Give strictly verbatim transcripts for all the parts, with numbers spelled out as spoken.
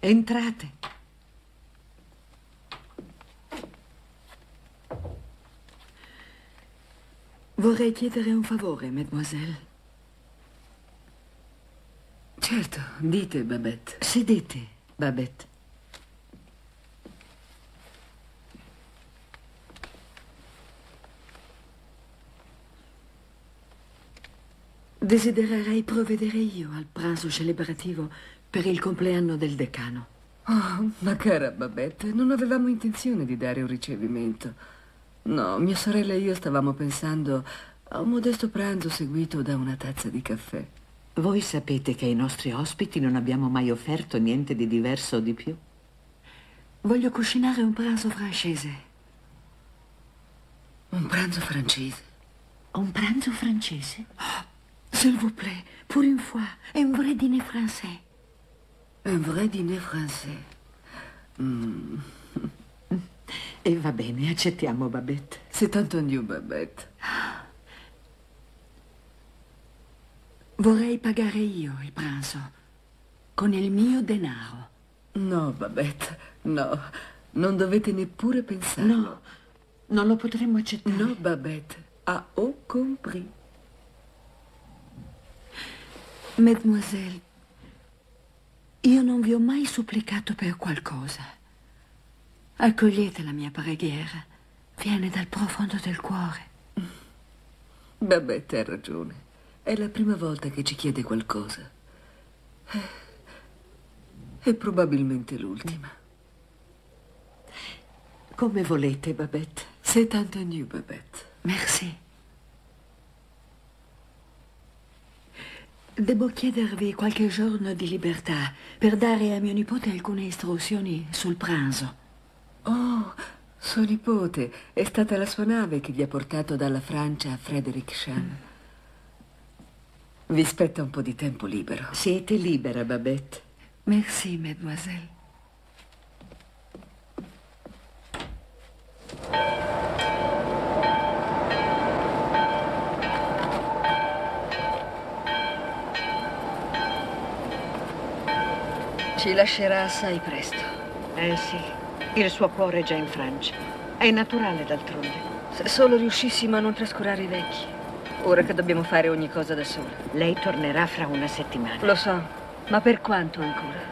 Entrate. Vorrei chiedere un favore, mademoiselle. Certo, dite, Babette. Sedete, Babette. Desidererei provvedere io al pranzo celebrativo per il compleanno del decano. Oh, ma cara Babette, non avevamo intenzione di dare un ricevimento. No, mia sorella e io stavamo pensando a un modesto pranzo seguito da una tazza di caffè. Voi sapete che ai nostri ospiti non abbiamo mai offerto niente di diverso o di più. Voglio cucinare un pranzo francese. Un pranzo francese? Un pranzo francese? Oh, s'il vous plaît, pour une fois, un vrai dîner français. Un vrai dîner français. Mm. E va bene, accettiamo, Babette. C'est entendu, Babette. Vorrei pagare io il pranzo, con il mio denaro. No, Babette, no. Non dovete neppure pensarlo. No, non lo potremmo accettare. No, Babette, a au compris. Mademoiselle, io non vi ho mai supplicato per qualcosa. Accogliete la mia preghiera. Viene dal profondo del cuore. Babette ha ragione. È la prima volta che ci chiede qualcosa. È probabilmente l'ultima. Come volete, Babette. C'est entendu, Babette. Merci. Devo chiedervi qualche giorno di libertà per dare a mio nipote alcune istruzioni sul pranzo. Oh, suo nipote. È stata la sua nave che vi ha portato dalla Francia a Frederikshavn. Vi spetta un po' di tempo libero. Siete libera, Babette. Merci, mademoiselle. Ci lascerà assai presto. Eh sì, il suo cuore è già in Francia. È naturale, d'altronde. Se solo riuscissimo a non trascurare i vecchi. Ora che dobbiamo fare ogni cosa da sola. Lei tornerà fra una settimana. Lo so, ma per quanto ancora?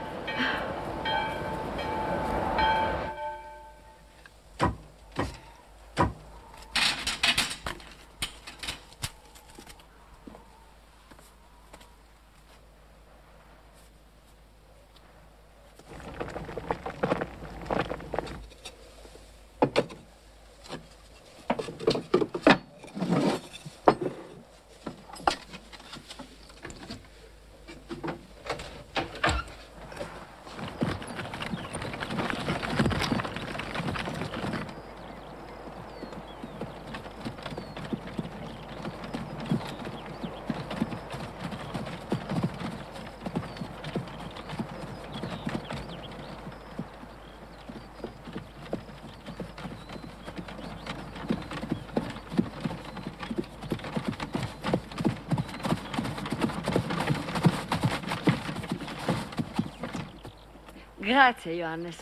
Grazie, Johannes.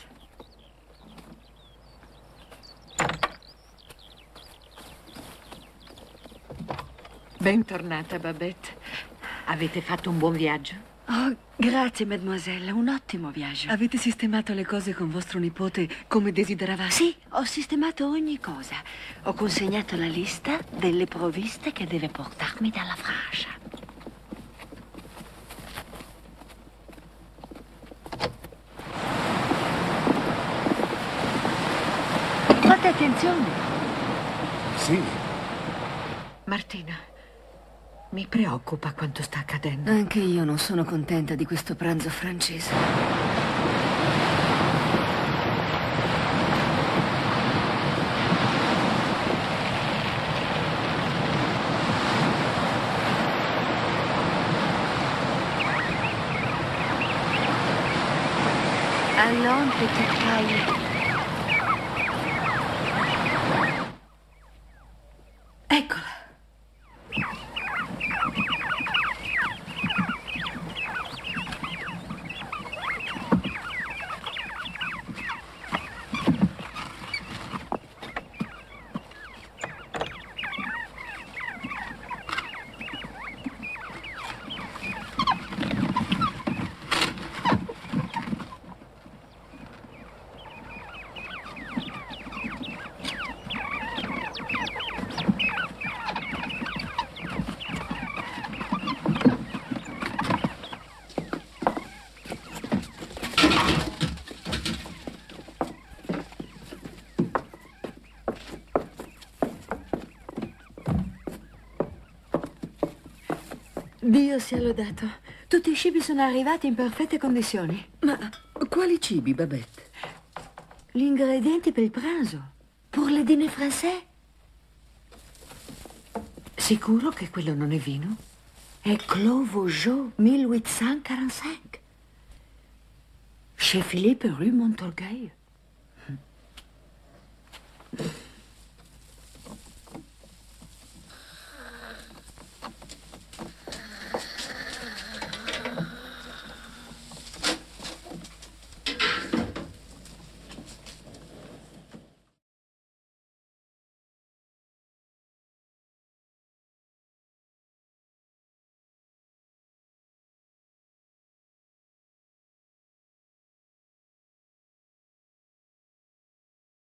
Bentornata, Babette. Avete fatto un buon viaggio? Oh, grazie, mademoiselle. Un ottimo viaggio. Avete sistemato le cose con vostro nipote come desideravate? Sì, ho sistemato ogni cosa. Ho consegnato la lista delle provviste che deve portarmi dalla Francia. Fate attenzione. Sì. Martina, mi preoccupa quanto sta accadendo. Anche io non sono contenta di questo pranzo francese. Allons, petite caille. Eccola. Dio sia lodato. Tutti i cibi sono arrivati in perfette condizioni. Ma quali cibi, Babette? Gli ingredienti per il pranzo. Pour le dîner français. Sicuro che quello non è vino? È Clos Vougeot milleottocentquarantacinque. Chez Philippe Rue Montorgueil.